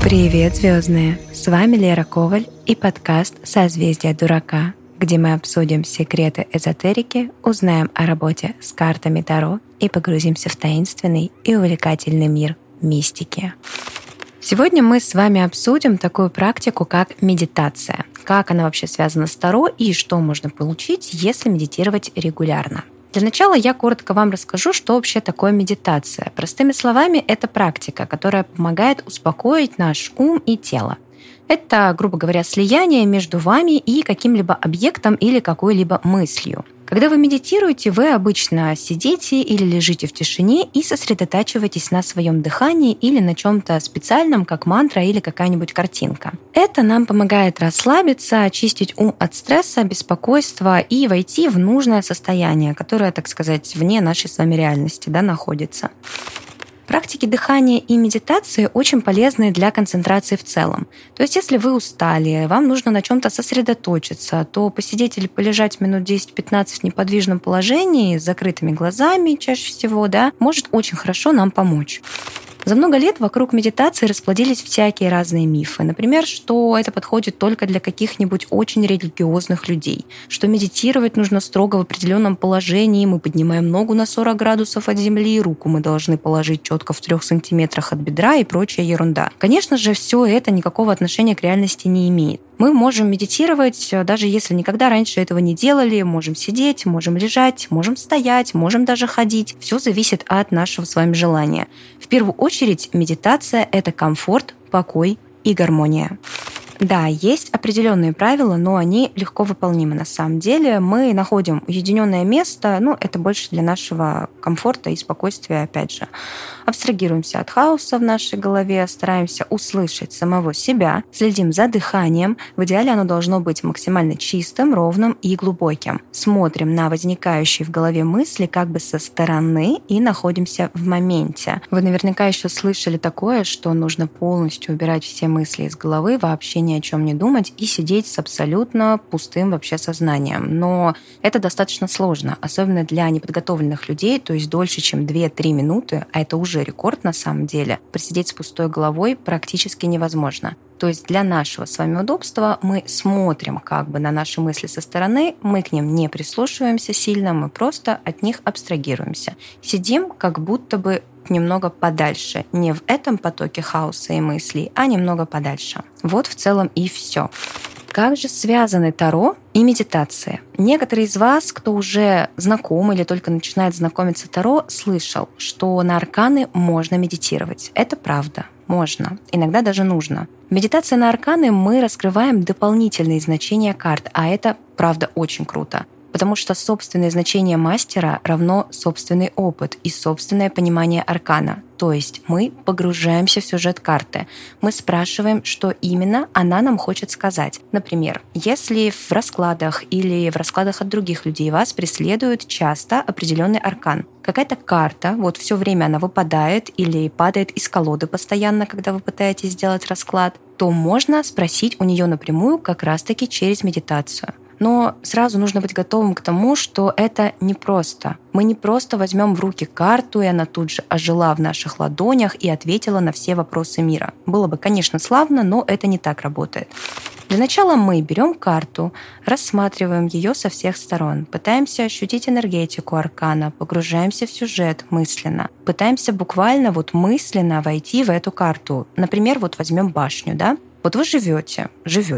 Привет, звездные! С вами Лера Коваль и подкаст «Созвездие дурака», где мы обсудим секреты эзотерики, узнаем о работе с картами Таро и погрузимся в таинственный и увлекательный мир мистики. Сегодня мы с вами обсудим такую практику, как медитация. Как она вообще связана с Таро и что можно получить, если медитировать регулярно. Для начала я коротко вам расскажу, что вообще такое медитация. Простыми словами, это практика, которая помогает успокоить наш ум и тело. Это, грубо говоря, слияние между вами и каким-либо объектом или какой-либо мыслью. Когда вы медитируете, вы обычно сидите или лежите в тишине и сосредотачиваетесь на своем дыхании или на чем-то специальном, как мантра или какая-нибудь картинка. Это нам помогает расслабиться, очистить ум от стресса, беспокойства и войти в нужное состояние, которое, так сказать, вне нашей с вами реальности, находится. Практики дыхания и медитации очень полезны для концентрации в целом. То есть, если вы устали, вам нужно на чем-то сосредоточиться, то посидеть или полежать минут 10-15 в неподвижном положении с закрытыми глазами чаще всего, может очень хорошо нам помочь. За много лет вокруг медитации расплодились всякие разные мифы. Например, что это подходит только для каких-нибудь очень религиозных людей, что медитировать нужно строго в определенном положении, мы поднимаем ногу на 40 градусов от земли, руку мы должны положить четко в 3 сантиметрах от бедра и прочая ерунда. Конечно же, все это никакого отношения к реальности не имеет. Мы можем медитировать, даже если никогда раньше этого не делали, можем сидеть, можем лежать, можем стоять, можем даже ходить. Все зависит от нашего с вами желания. В первую очередь, медитация — это комфорт, покой и гармония. Да, есть определенные правила, но они легко выполнимы на самом деле. Мы находим уединенное место, это больше для нашего комфорта и спокойствия, опять же. Абстрагируемся от хаоса в нашей голове, стараемся услышать самого себя, следим за дыханием. В идеале оно должно быть максимально чистым, ровным и глубоким. Смотрим на возникающие в голове мысли как бы со стороны и находимся в моменте. Вы наверняка еще слышали такое, что нужно полностью убирать все мысли из головы, вообще ни о чем не думать и сидеть с абсолютно пустым вообще сознанием. Но это достаточно сложно, особенно для неподготовленных людей, то есть дольше, чем 2-3 минуты, а это уже рекорд на самом деле, просидеть с пустой головой практически невозможно. То есть для нашего с вами удобства мы смотрим как бы на наши мысли со стороны, мы к ним не прислушиваемся сильно, мы просто от них абстрагируемся. Сидим как будто бы немного подальше, не в этом потоке хаоса и мыслей, а немного подальше. Вот в целом и все. Как же связаны Таро и медитация? Некоторые из вас, кто уже знаком или только начинает знакомиться с Таро, слышал, что на арканы можно медитировать. Это правда. Можно. Иногда даже нужно. В медитации на арканы мы раскрываем дополнительные значения карт, а это, правда, очень круто. Потому что собственное значение мастера равно собственный опыт и собственное понимание аркана. То есть мы погружаемся в сюжет карты. Мы спрашиваем, что именно она нам хочет сказать. Например, если в раскладах или в раскладах от других людей вас преследует часто определенный аркан, какая-то карта, все время она выпадает или падает из колоды постоянно, когда вы пытаетесь сделать расклад, то можно спросить у нее напрямую как раз-таки через медитацию. Но сразу нужно быть готовым к тому, что это непросто. Мы не просто возьмем в руки карту, и она тут же ожила в наших ладонях и ответила на все вопросы мира. Было бы, конечно, славно, но это не так работает. Для начала мы берем карту, рассматриваем ее со всех сторон, пытаемся ощутить энергетику аркана, погружаемся в сюжет мысленно, пытаемся буквально мысленно войти в эту карту. Например, возьмем башню, вы живете,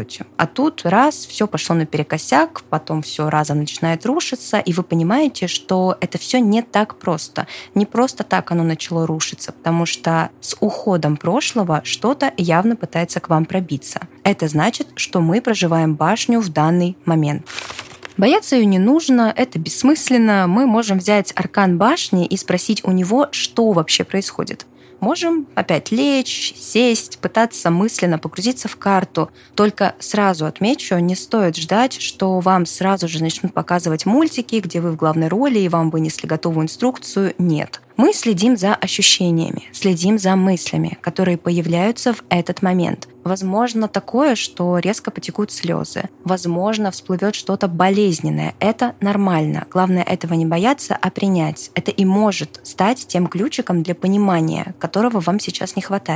а тут раз, все пошло наперекосяк, потом все разом начинает рушиться, и вы понимаете, что это все не так просто. Не просто так оно начало рушиться, потому что с уходом прошлого что-то явно пытается к вам пробиться. Это значит, что мы проживаем башню в данный момент. Бояться ее не нужно, это бессмысленно. Мы можем взять аркан башни и спросить у него, что вообще происходит. Можем опять лечь, сесть, пытаться мысленно погрузиться в карту. Только сразу отмечу, не стоит ждать, что вам сразу же начнут показывать мультики, где вы в главной роли и вам вынесли готовую инструкцию. Нет. Мы следим за ощущениями, следим за мыслями, которые появляются в этот момент. Возможно такое, что резко потекут слезы. Возможно, всплывет что-то болезненное. Это нормально. Главное этого не бояться, а принять. Это и может стать тем ключиком для понимания, которого вам сейчас не хватает.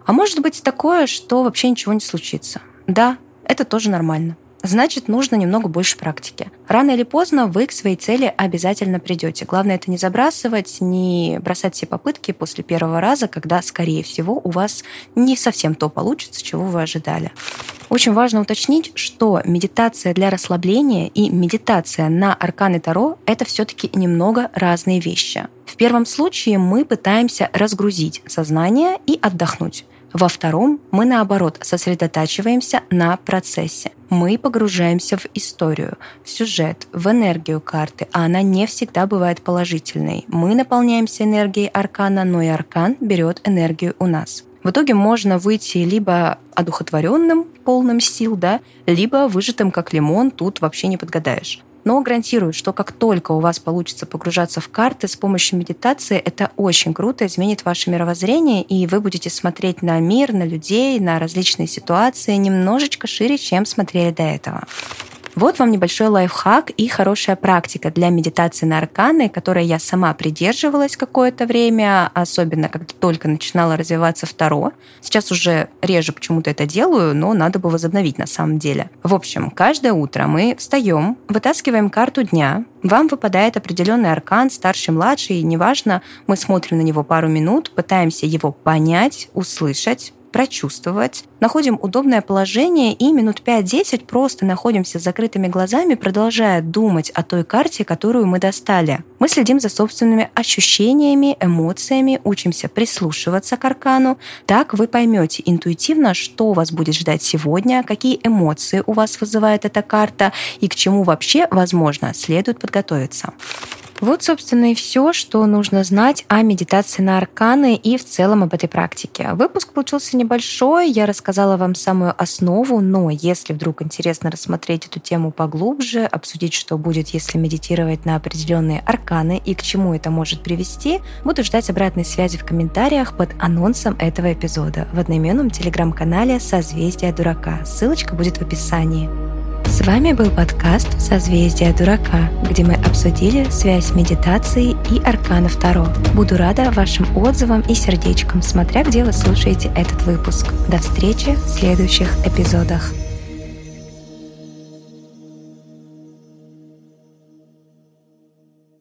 А может быть такое, что вообще ничего не случится. Да, это тоже нормально. Значит, нужно немного больше практики. Рано или поздно вы к своей цели обязательно придете. Главное это не забрасывать, не бросать все попытки после первого раза, когда, скорее всего, у вас не совсем то получится, чего вы ожидали. Очень важно уточнить, что медитация для расслабления и медитация на арканы Таро — это все-таки немного разные вещи. В первом случае мы пытаемся разгрузить сознание и отдохнуть. Во втором мы, наоборот, сосредотачиваемся на процессе. Мы погружаемся в историю, в сюжет, в энергию карты, а она не всегда бывает положительной. Мы наполняемся энергией аркана, но и аркан берет энергию у нас. В итоге можно выйти либо одухотворенным, полным сил, либо выжатым как лимон, тут вообще не подгадаешь. Но гарантирую, что как только у вас получится погружаться в карты с помощью медитации, это очень круто изменит ваше мировоззрение, и вы будете смотреть на мир, на людей, на различные ситуации немножечко шире, чем смотрели до этого. Вот вам небольшой лайфхак и хорошая практика для медитации на арканы, которой я сама придерживалась какое-то время, особенно когда только начинала развиваться в Таро. Сейчас уже реже почему-то это делаю, но надо бы возобновить на самом деле. В общем, каждое утро мы встаем, вытаскиваем карту дня, вам выпадает определенный аркан, старший, младший, неважно, мы смотрим на него пару минут, пытаемся его понять, услышать, прочувствовать, находим удобное положение и минут 5-10 просто находимся с закрытыми глазами, продолжая думать о той карте, которую мы достали. Мы следим за собственными ощущениями, эмоциями, учимся прислушиваться к аркану. Так вы поймете интуитивно, что вас будет ждать сегодня, какие эмоции у вас вызывает эта карта и к чему вообще, возможно, следует подготовиться. Вот, собственно, и все, что нужно знать о медитации на арканы и в целом об этой практике. Выпуск получился небольшой, я рассказала вам самую основу, но если вдруг интересно рассмотреть эту тему поглубже, обсудить, что будет, если медитировать на определенные арканы и к чему это может привести, буду ждать обратной связи в комментариях под анонсом этого эпизода в одноименном телеграм-канале «Созвездие дурака». Ссылочка будет в описании. С вами был подкаст «Созвездие дурака», где мы обсудили связь медитации и арканов Таро. Буду рада вашим отзывам и сердечкам, смотря где вы слушаете этот выпуск. До встречи в следующих эпизодах.